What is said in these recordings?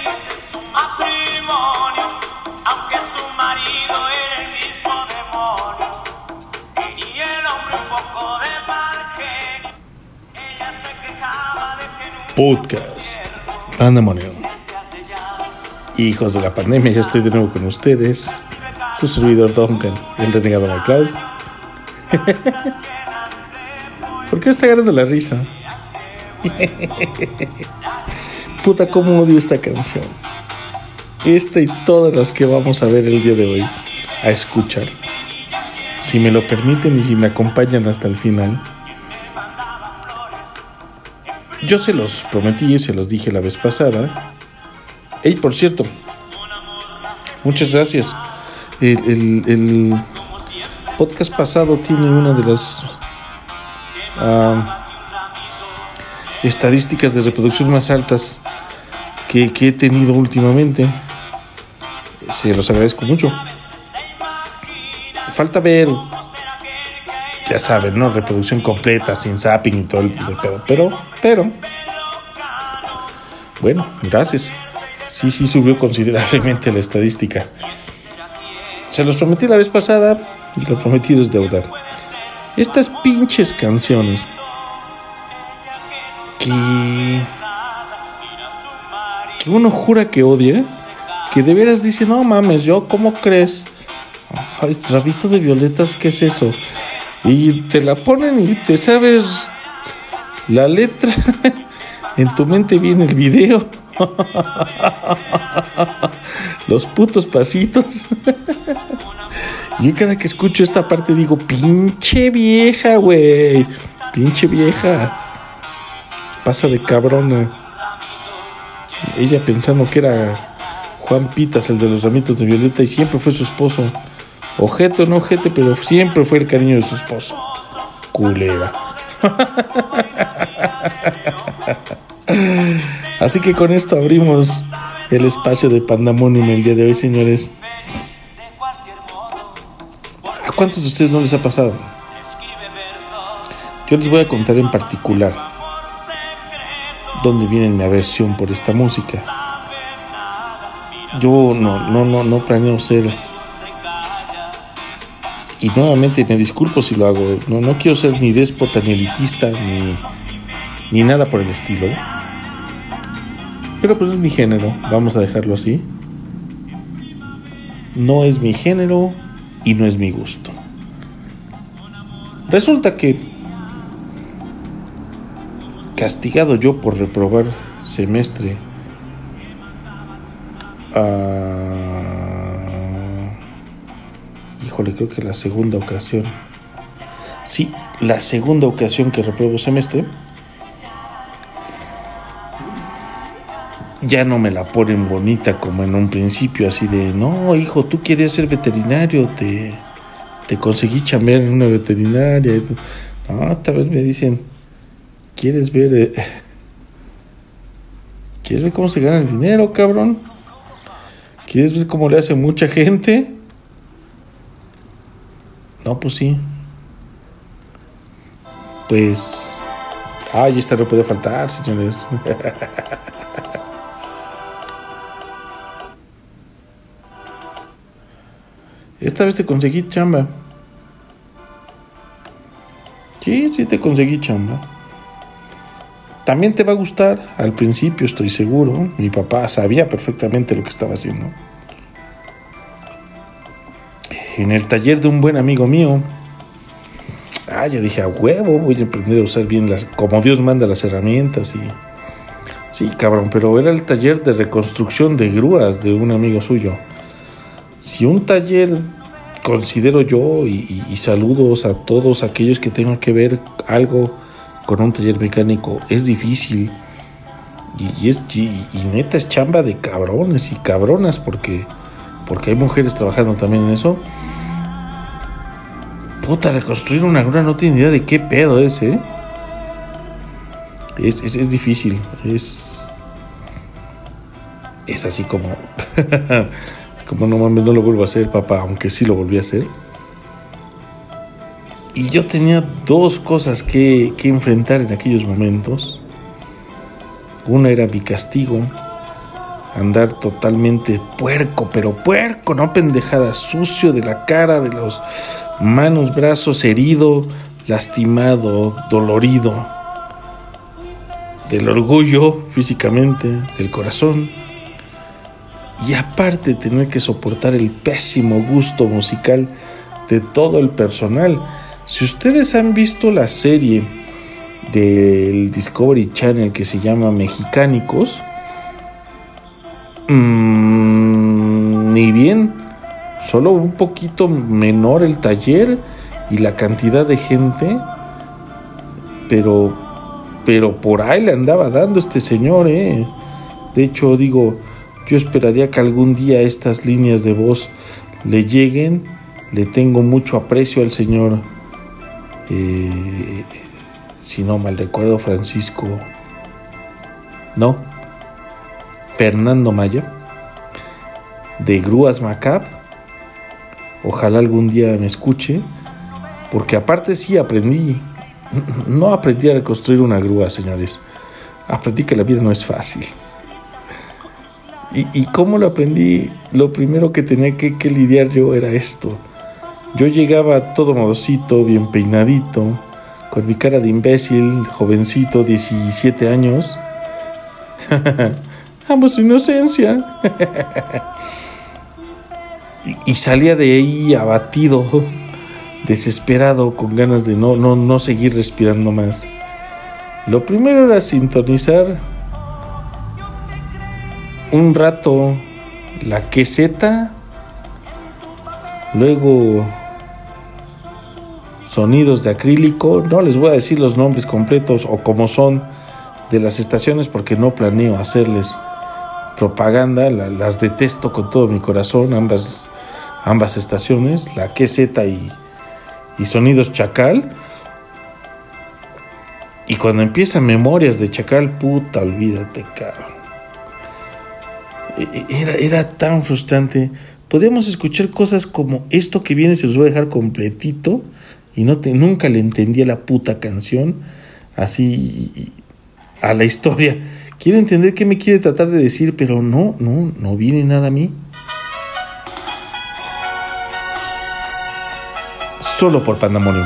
Podcast Pandemonio. Hijos de la pandemia, ya estoy de nuevo con ustedes. Su servidor Duncan, el renegado McCloud. ¿Por qué está agarrando la risa? Puta, cómo odio esta canción. Esta y todas las que vamos a ver el día de hoy, a escuchar. Si me lo permiten y si me acompañan hasta el final. Yo se los prometí y se los dije la vez pasada. Hey, por cierto, muchas gracias. El podcast pasado tiene una de las estadísticas de reproducción más altas que he tenido últimamente. Se los agradezco mucho. Falta ver, ya saben, ¿no? Reproducción completa, sin zapping y todo el pedo. Pero bueno, gracias. Sí subió considerablemente la estadística. Se los prometí la vez pasada y lo prometido es deuda. Estas pinches canciones que uno jura que odia, que de veras dice, no mames, yo, ¿cómo crees? Ay, Rabito de Violetas, ¿qué es eso? Y te la ponen y te sabes la letra. En tu mente viene el video. Los putos pasitos. Yo cada que escucho esta parte digo, pinche vieja, güey. Pinche vieja. Pasa de cabrona. Ella pensando que era Juan Pitas, el de los ramitos de violeta, y siempre fue su esposo. Ojete o no ojete, pero siempre fue el cariño de su esposo. Culera. Así que con esto abrimos el espacio de Pandemonium el día de hoy, señores. ¿A cuántos de ustedes no les ha pasado? Yo les voy a contar en particular dónde viene mi aversión por esta música. Yo no planeo ser, y nuevamente me disculpo si lo hago, no quiero ser ni déspota, ni elitista, ni nada por el estilo. Pero pues es mi género, vamos a dejarlo así. No es mi género y no es mi gusto. Resulta que, castigado yo por reprobar semestre, híjole, creo que la segunda ocasión. Sí, la segunda ocasión que repruebo semestre. Ya no me la ponen bonita como en un principio, así de, no, hijo, tú quieres ser veterinario, te conseguí chambear en una veterinaria. No, tal vez me dicen, ¿quieres ver cómo se gana el dinero, cabrón? ¿Quieres ver cómo le hace mucha gente? No, pues sí. Pues, y esta no puede faltar, señores. Esta vez te conseguí chamba. Sí, te conseguí chamba. También te va a gustar. Al principio, estoy seguro. Mi papá sabía perfectamente lo que estaba haciendo. En el taller de un buen amigo mío. Yo dije, a huevo, voy a aprender a usar bien como Dios manda las herramientas. Y sí, cabrón, pero era el taller de reconstrucción de grúas de un amigo suyo. Si un taller, considero yo, y saludos a todos aquellos que tengan que ver algo con un taller mecánico, es difícil y neta es chamba de cabrones y cabronas, porque hay mujeres trabajando también en eso. Puta, reconstruir una grúa no tiene idea de qué pedo es, es difícil, es así como como no mames, no lo vuelvo a hacer, papá, aunque sí lo volví a hacer. Y yo tenía dos cosas que enfrentar en aquellos momentos. Una era mi castigo andar totalmente puerco, pero puerco, no pendejada, sucio de la cara, de los manos, brazos, herido, lastimado, dolorido, del orgullo físicamente, del corazón, y aparte tener que soportar el pésimo gusto musical de todo el personal. Si ustedes han visto la serie del Discovery Channel que se llama Mexicánicos, ni bien, solo un poquito menor el taller y la cantidad de gente, pero por ahí le andaba dando este señor, De hecho, digo, yo esperaría que algún día estas líneas de voz le lleguen. Le tengo mucho aprecio al señor, si no mal recuerdo, Fernando Maya, de Grúas Macab. Ojalá algún día me escuche, porque aparte sí aprendí. No aprendí a reconstruir una grúa, señores. Aprendí que la vida no es fácil. ¿Y cómo lo aprendí? Lo primero que tenía que lidiar yo era esto. Yo llegaba todo modosito, bien peinadito, con mi cara de imbécil, jovencito, 17 años. Amo su inocencia. y salía de ahí abatido, desesperado, con ganas de no seguir respirando más. Lo primero era sintonizar un rato la queseta, luego sonidos de acrílico. No les voy a decir los nombres completos o cómo son de las estaciones porque no planeo hacerles propaganda. Las detesto con todo mi corazón, ambas estaciones, la queseta y sonidos Chacal. Y cuando empiezan Memorias de Chacal, puta, olvídate, cabrón. Era tan frustrante. Podíamos escuchar cosas como esto que viene, se los voy a dejar completito, y nunca le entendía la puta canción, así a la historia. Quiero entender qué me quiere tratar de decir, pero no viene nada a mí. Solo por Pandemonium.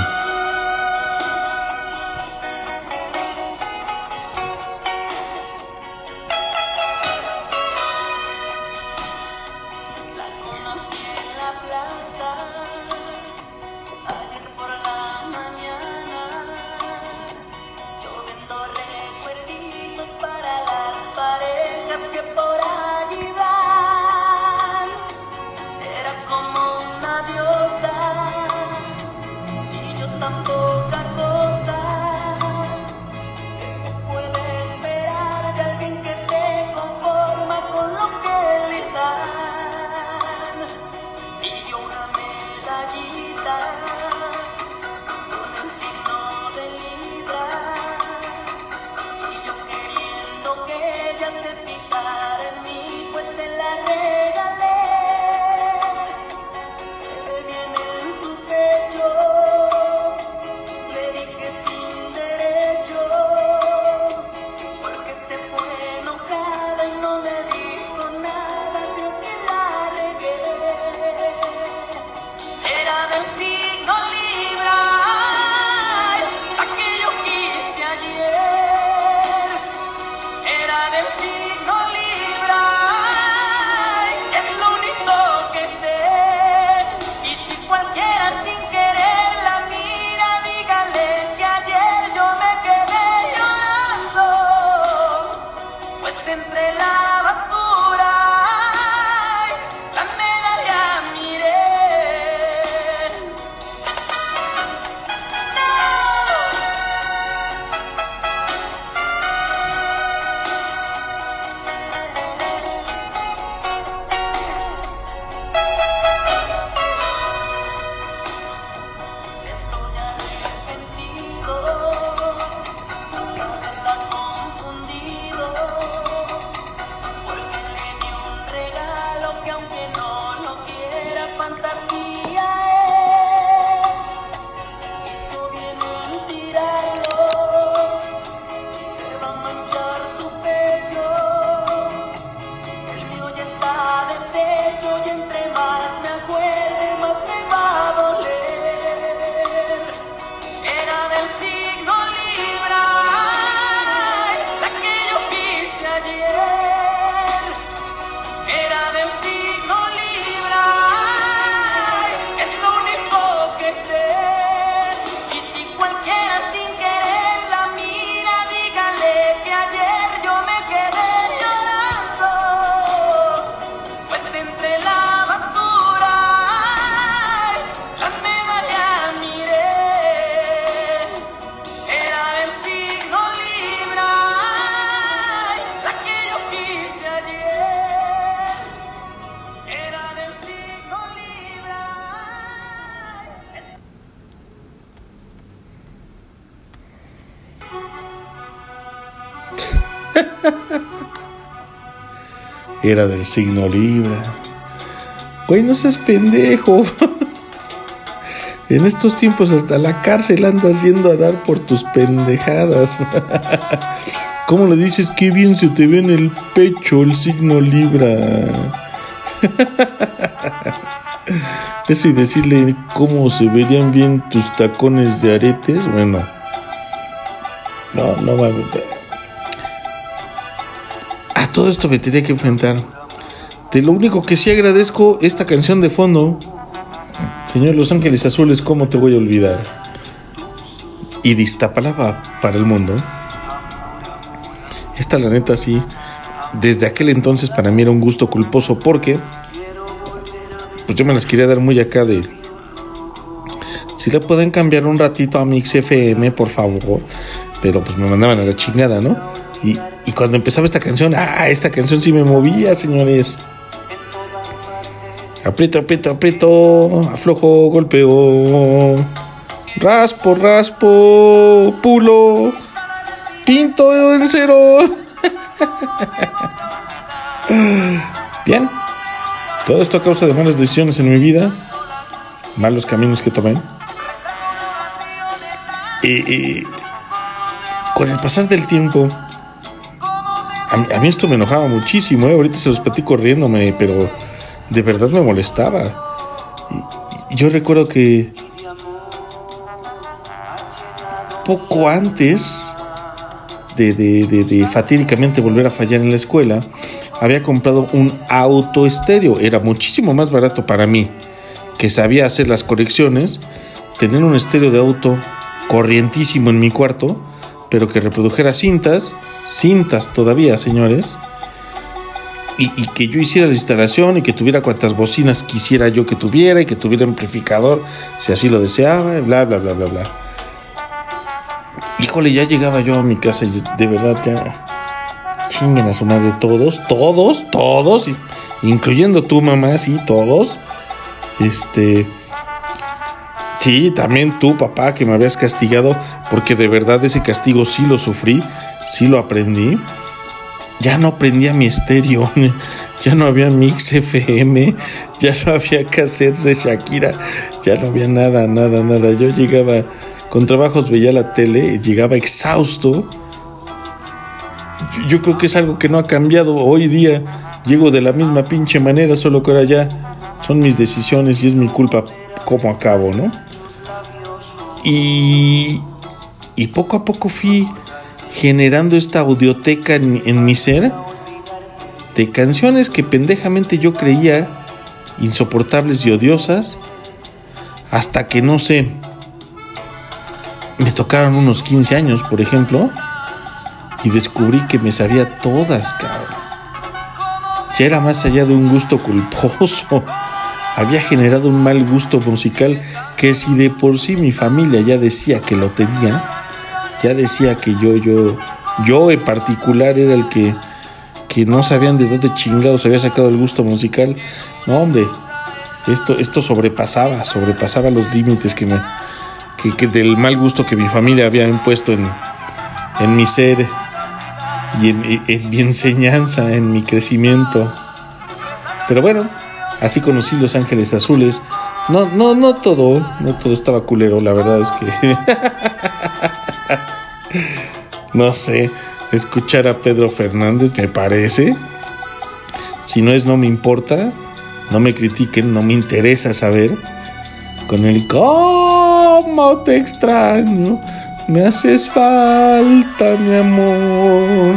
era del signo Libra. Güey, no seas pendejo. En estos tiempos hasta la cárcel andas yendo a dar por tus pendejadas. ¿Cómo le dices? Qué bien se te ve en el pecho el signo Libra. Eso y decirle cómo se verían bien tus tacones de aretes. Bueno, no va a todo esto me tenía que enfrentar. De lo único que sí agradezco esta canción de fondo, señor Los Ángeles Azules, ¿cómo te voy a olvidar? Y de Iztapalapa para el mundo. Esta la neta sí, desde aquel entonces para mí era un gusto culposo porque pues yo me las quería dar muy acá de si le pueden cambiar un ratito a Mix FM, por favor. Pero pues me mandaban a la chingada, ¿no? Y cuando empezaba esta canción, esta canción sí me movía, señores. Aprieto, aprieto, aprieto, aflojo, golpeo, raspo, raspo, pulo, pinto en cero. Bien, todo esto a causa de malas decisiones en mi vida, malos caminos que tomé. Con el pasar del tiempo, a mí esto me enojaba muchísimo, ahorita se los platico riéndome, pero de verdad me molestaba. Y yo recuerdo que poco antes de fatídicamente volver a fallar en la escuela, había comprado un auto estéreo. Era muchísimo más barato para mí, que sabía hacer las correcciones, tener un estéreo de auto corrientísimo en mi cuarto, pero que reprodujera cintas todavía, señores, y que yo hiciera la instalación y que tuviera cuantas bocinas quisiera yo que tuviera y que tuviera amplificador si así lo deseaba, bla, bla, bla, bla, bla. Híjole, ya llegaba yo a mi casa y yo, de verdad, ya chinguen a su madre todos, incluyendo tu mamá, sí, todos. Sí, también tú, papá, que me habías castigado, porque de verdad ese castigo sí lo sufrí, sí lo aprendí. Ya no prendía mi estéreo, ya no había Mix FM, ya no había cassettes de Shakira, ya no había nada. Yo llegaba, con trabajos veía la tele, llegaba exhausto. Yo creo que es algo que no ha cambiado hoy día. Llego de la misma pinche manera, solo que ahora ya son mis decisiones y es mi culpa cómo acabo, ¿no? Y poco a poco fui generando esta audioteca en mi ser de canciones que pendejamente yo creía insoportables y odiosas, hasta que, no sé, me tocaron unos 15 años, por ejemplo, y descubrí que me sabía todas, cabrón. Ya era más allá de un gusto culposo. Había generado un mal gusto musical que, si de por sí mi familia ya decía que lo tenía, ya decía que yo en particular era el que no sabían de dónde chingados había sacado el gusto musical. No, hombre, esto sobrepasaba los límites que del mal gusto que mi familia había impuesto en mi ser y en mi enseñanza, en mi crecimiento. Pero bueno, así conocí Los Ángeles Azules. No todo estaba culero, la verdad es que no sé, escuchar a Pedro Fernández me parece, si no es no me importa, no me critiquen, no me interesa saber, con el cómo te extraño, me haces falta, mi amor.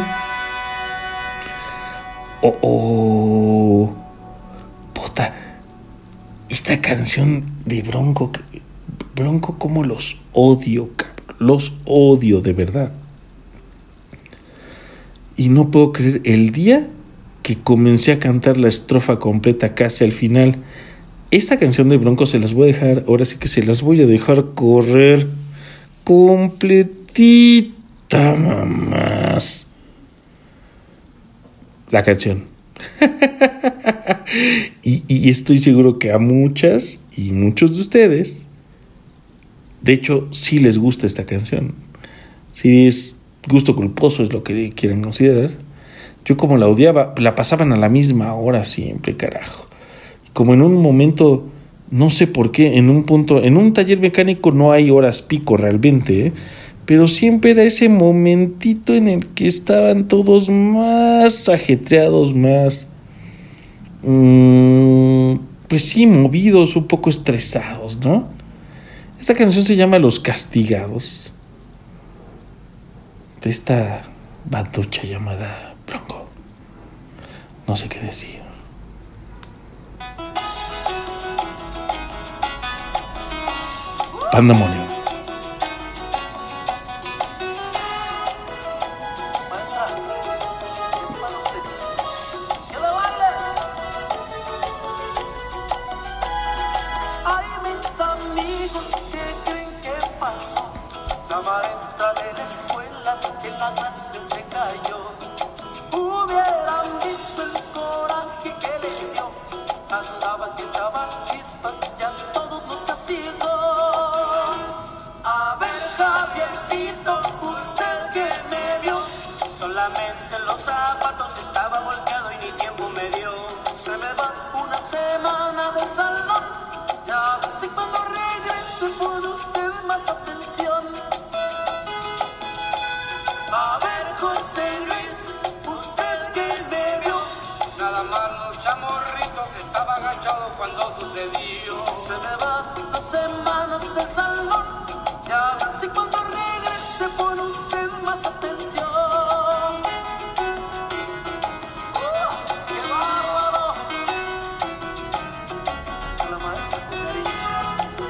Puta, esta canción de Bronco, cómo los odio, cabrón. Los odio de verdad. Y no puedo creer el día que comencé a cantar la estrofa completa casi al final. Esta canción de Bronco se las voy a dejar, ahora sí que se las voy a dejar correr completita, mamás. La canción. y estoy seguro que a muchas y muchos de ustedes, de hecho, sí les gusta esta canción. Sí es gusto culposo, es lo que quieran considerar. Yo como la odiaba, la pasaban a la misma hora siempre, carajo. Como en un momento, no sé por qué, en un taller mecánico no hay horas pico realmente, pero siempre era ese momentito en el que estaban todos más ajetreados, más, pues sí, movidos, un poco estresados, ¿no? Esta canción se llama Los Castigados, de esta banducha llamada Bronco. No sé qué decir. Pandemonio. Ay, mis amigos, ¿qué creen que pasó? La maestra de la escuela en la clase se cayó. Hubieran visto el coraje que le dio. Andaba que echaba chispas y a todos nos castigó. A ver, Javiercito, usted que me vio, solamente los zapatos estaba volteado y ni tiempo me dio. Se me va una semana del salón, ya ver si cuando regrese pone usted más atención. A ver, José Luis, usted que me vio, nada más los chamorritos que estaba agachado cuando sucedió. se me va 2 semanas del salón, ya ver si cuando regrese pone usted más atención. ¡Qué bárbaro! La maestra con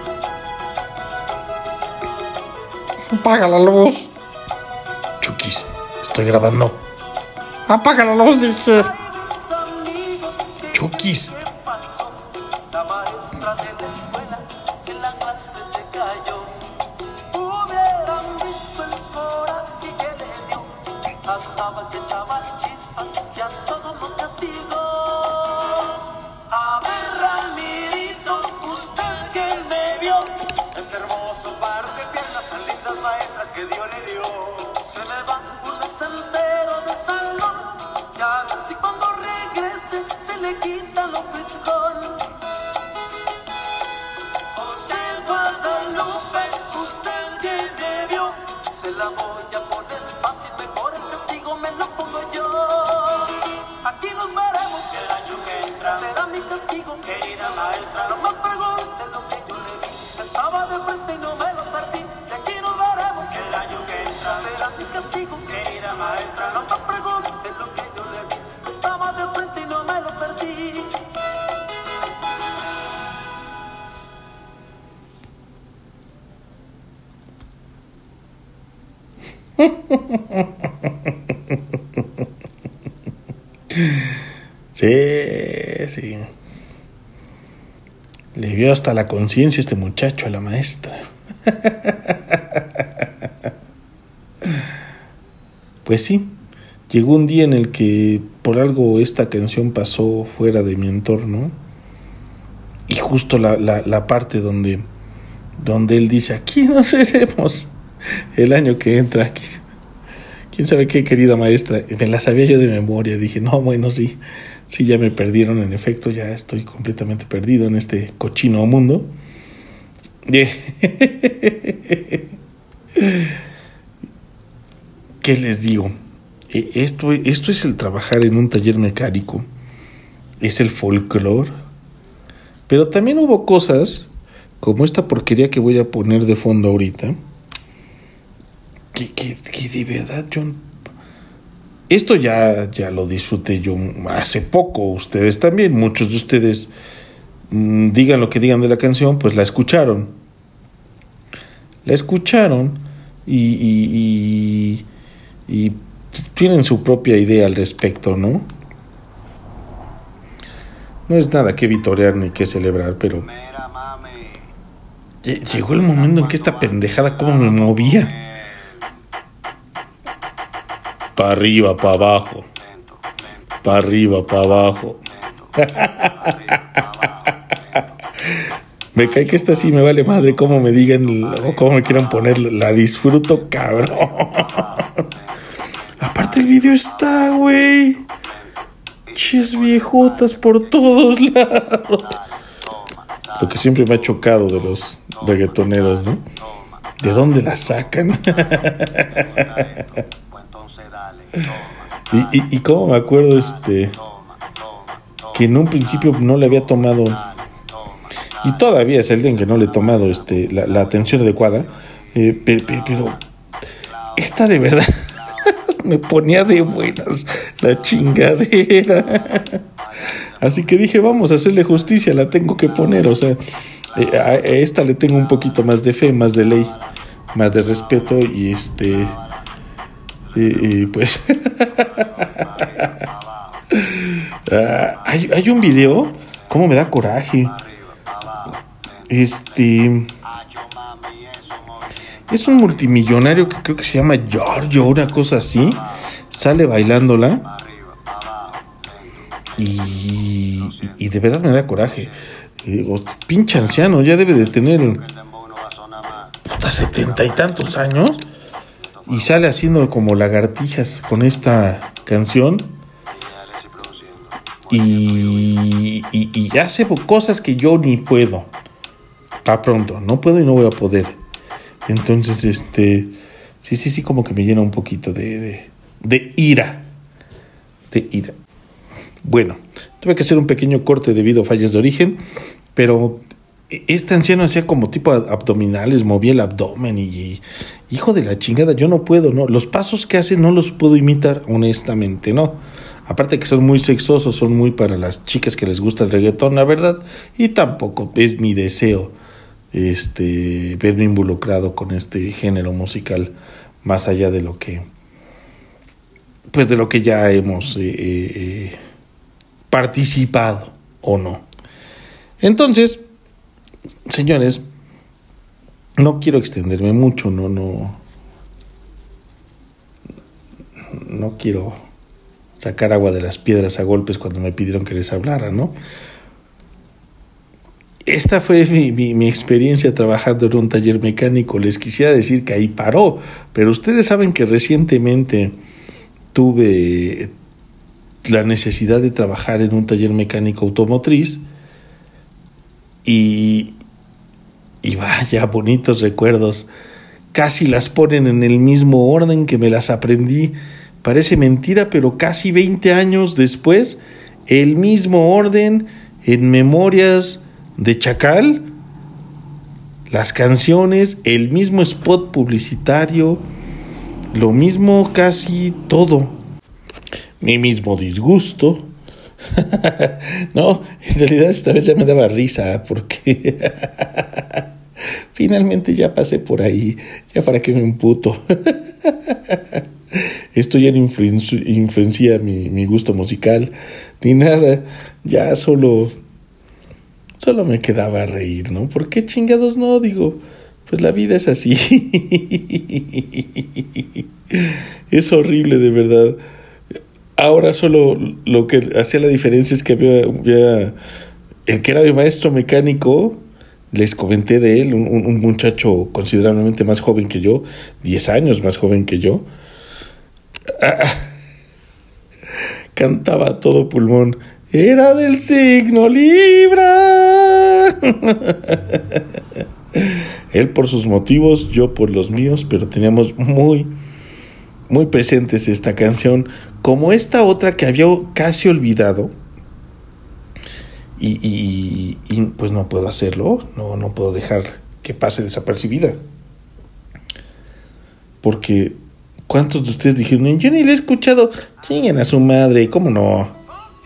cariño. Apaga la luz. Chukis, estoy grabando. Apaga la luz, dije. Ay, mis amigos, Chukis. ¿qué pasó? La maestra de la escuela en la clase se cayó. Hubieran visto el coraje que le dio. Andaba que echaba chispas y a todos nos castigó. A ver, Ramirito, usted que me vio, ese hermoso par de piernas tan lindas, maestra, que Dios le dio. Se me va un mes entero del salón, ya ver si cuando regrese se le quita lo frescón. José Guadalupe, usted que me vio, se la voy a poner fácil, mejor el castigo me lo pongo yo. Aquí nos veremos el año que entra, será mi castigo, querida maestra. No me pregunte lo que yo le vi, estaba de frente y no me lo perdí. Y aquí nos veremos el año que entra, será mi castigo, querida maestra. No me pregunte lo que yo le vi, estaba de frente y no me lo perdí. Sí. Le vio hasta la conciencia este muchacho a la maestra. Pues sí, llegó un día en el que por algo esta canción pasó fuera de mi entorno. Y justo la parte donde él dice, aquí nos veremos el año que entra. ¿Quién sabe qué, querida maestra? Me la sabía yo de memoria. Dije, no, bueno, sí, ya me perdieron. En efecto, ya estoy completamente perdido en este cochino mundo. ¿Qué les digo? Esto es el trabajar en un taller mecánico. Es el folclore. Pero también hubo cosas, como esta porquería que voy a poner de fondo ahorita, que de verdad yo... Esto ya lo disfruté yo hace poco, ustedes también, muchos de ustedes, digan lo que digan de la canción, pues la escucharon. La escucharon y tienen su propia idea al respecto, ¿no? No es nada que vitorear ni que celebrar, pero llegó el momento en que esta pendejada como me movía. Pa' arriba, pa' abajo. Pa' arriba, pa' abajo. Me cae que esta sí me vale madre cómo me digan o cómo me quieran poner. La disfruto, cabrón. Aparte el video está, güey. Ches viejotas por todos lados. Lo que siempre me ha chocado de los reggaetoneros, ¿no? ¿De dónde la sacan? y cómo me acuerdo que en un principio no le había tomado, y todavía es alguien que no le he tomado la atención adecuada, pero esta de verdad me ponía de buenas la chingadera. Así que dije, vamos a hacerle justicia, la tengo que poner, o sea, a esta le tengo un poquito más de fe, más de ley, más de respeto y pues hay un video, cómo me da coraje. Es un multimillonario que creo que se llama Giorgio, una cosa así. Sale bailándola y de verdad me da coraje. Pinche anciano, ya debe de tener 70 y tantos años y sale haciendo como lagartijas con esta canción y hace cosas que yo ni puedo. Pa' pronto, no puedo y no voy a poder. Entonces, sí, como que me llena un poquito de ira. De ira. Bueno, tuve que hacer un pequeño corte debido a fallas de origen, pero este anciano hacía como tipo abdominales, movía el abdomen y hijo de la chingada, yo no puedo, no. Los pasos que hace no los puedo imitar, honestamente, no. Aparte que son muy sexosos, son muy para las chicas que les gusta el reggaetón, la verdad, y tampoco es mi deseo verme involucrado con este género musical más allá de lo que ya hemos participado o no. Entonces, señores, no quiero extenderme mucho, no quiero sacar agua de las piedras a golpes cuando me pidieron que les hablara, ¿no? Esta fue mi experiencia trabajando en un taller mecánico. Les quisiera decir que ahí paró, pero ustedes saben que recientemente tuve la necesidad de trabajar en un taller mecánico automotriz y vaya, bonitos recuerdos. Casi las ponen en el mismo orden que me las aprendí. Parece mentira, pero casi 20 años después, el mismo orden en memorias de Chacal, las canciones, el mismo spot publicitario, lo mismo casi todo. Mi mismo disgusto. No, en realidad esta vez ya me daba risa porque finalmente ya pasé por ahí, ya para qué me emputo. Esto ya no influencia mi gusto musical ni nada, ya solo me quedaba reír, ¿no? ¿Por qué chingados no? Digo, pues la vida es así. Es horrible, de verdad. Ahora solo lo que hacía la diferencia es que había el que era mi maestro mecánico, les comenté de él, un muchacho considerablemente más joven que yo, 10 años más joven que yo. Cantaba a todo pulmón. Era del signo Libra. Él por sus motivos, yo por los míos, pero teníamos muy, muy presentes esta canción, como esta otra que había casi olvidado. Y pues no puedo hacerlo, no puedo dejar que pase desapercibida. Porque ¿cuántos de ustedes dijeron, yo ni le he escuchado? Chinguen a su madre, ¿cómo no?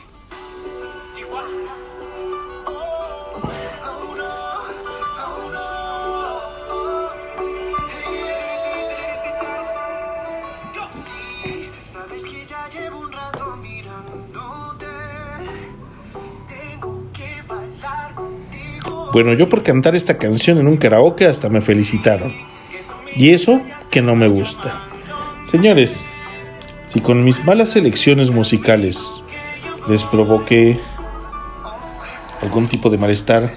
Bueno, yo por cantar esta canción en un karaoke hasta me felicitaron. Y eso que no me gusta. Señores, si con mis malas elecciones musicales les provoqué algún tipo de malestar,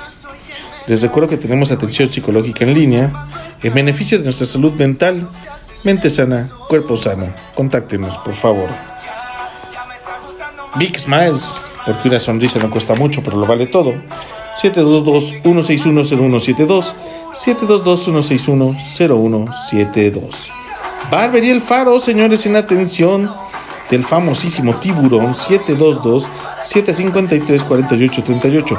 les recuerdo que tenemos atención psicológica en línea en beneficio de nuestra salud mental Mente sana, cuerpo sano. Contáctenos, por favor. Big Smiles, porque una sonrisa no cuesta mucho, pero lo vale todo. 722-161-0172. 722-161-0172. Barbería El Faro, señores, en atención del famosísimo Tiburón. 722-753-4838.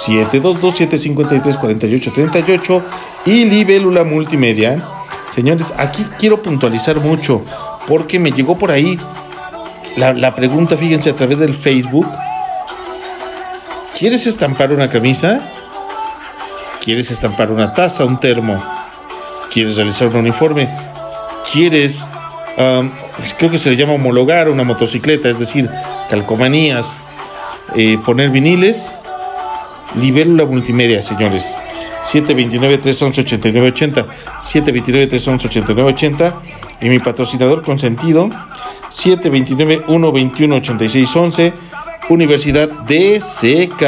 722-753-4838. Y Libélula Multimedia. Señores, aquí quiero puntualizar mucho, porque me llegó por ahí la pregunta, fíjense, a través del Facebook. ¿Quieres estampar una camisa? ¿Quieres estampar una taza, un termo? ¿Quieres realizar un uniforme? ¿Quieres, creo que se le llama homologar una motocicleta, es decir, calcomanías, poner viniles? Libélula Multimedia, señores. 729-311-8980. 729-311-8980. Y mi patrocinador consentido, 729-121-8611. Universidad DCK.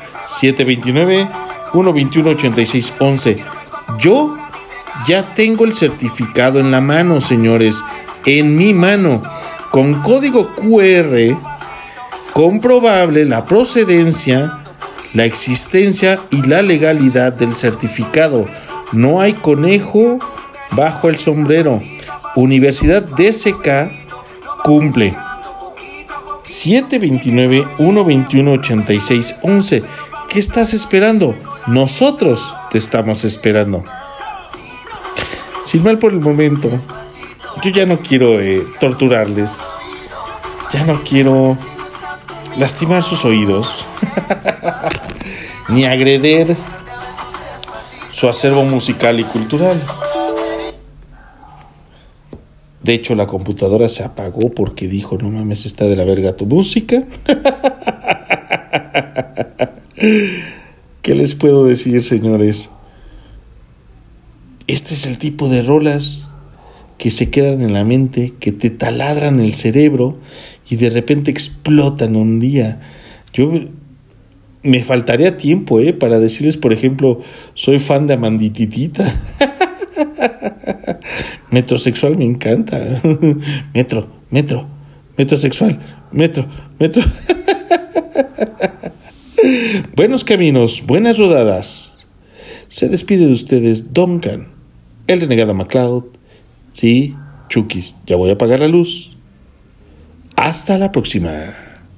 729-121-8611. Yo ya tengo el certificado en la mano, señores. En mi mano. Con código QR comprobable la procedencia, la existencia y la legalidad del certificado. No hay conejo bajo el sombrero. Universidad DCK cumple. 729-121-8611. ¿Qué estás esperando? Nosotros te estamos esperando. Sin mal por el momento, yo ya no quiero torturarles. Ya no quiero lastimar sus oídos. Ni agreder su acervo musical y cultural. De hecho, la computadora se apagó porque dijo: no mames, está de la verga tu música. ¿Qué les puedo decir, señores? Este es el tipo de rolas que se quedan en la mente, que te taladran el cerebro y de repente explotan un día. Me faltaría tiempo, para decirles, por ejemplo, soy fan de Amandititita. Metrosexual me encanta. Metrosexual. Metro. Buenos caminos, buenas rodadas. Se despide de ustedes Duncan, el renegado MacLeod. Sí, Chukis, ya voy a apagar la luz. Hasta la próxima.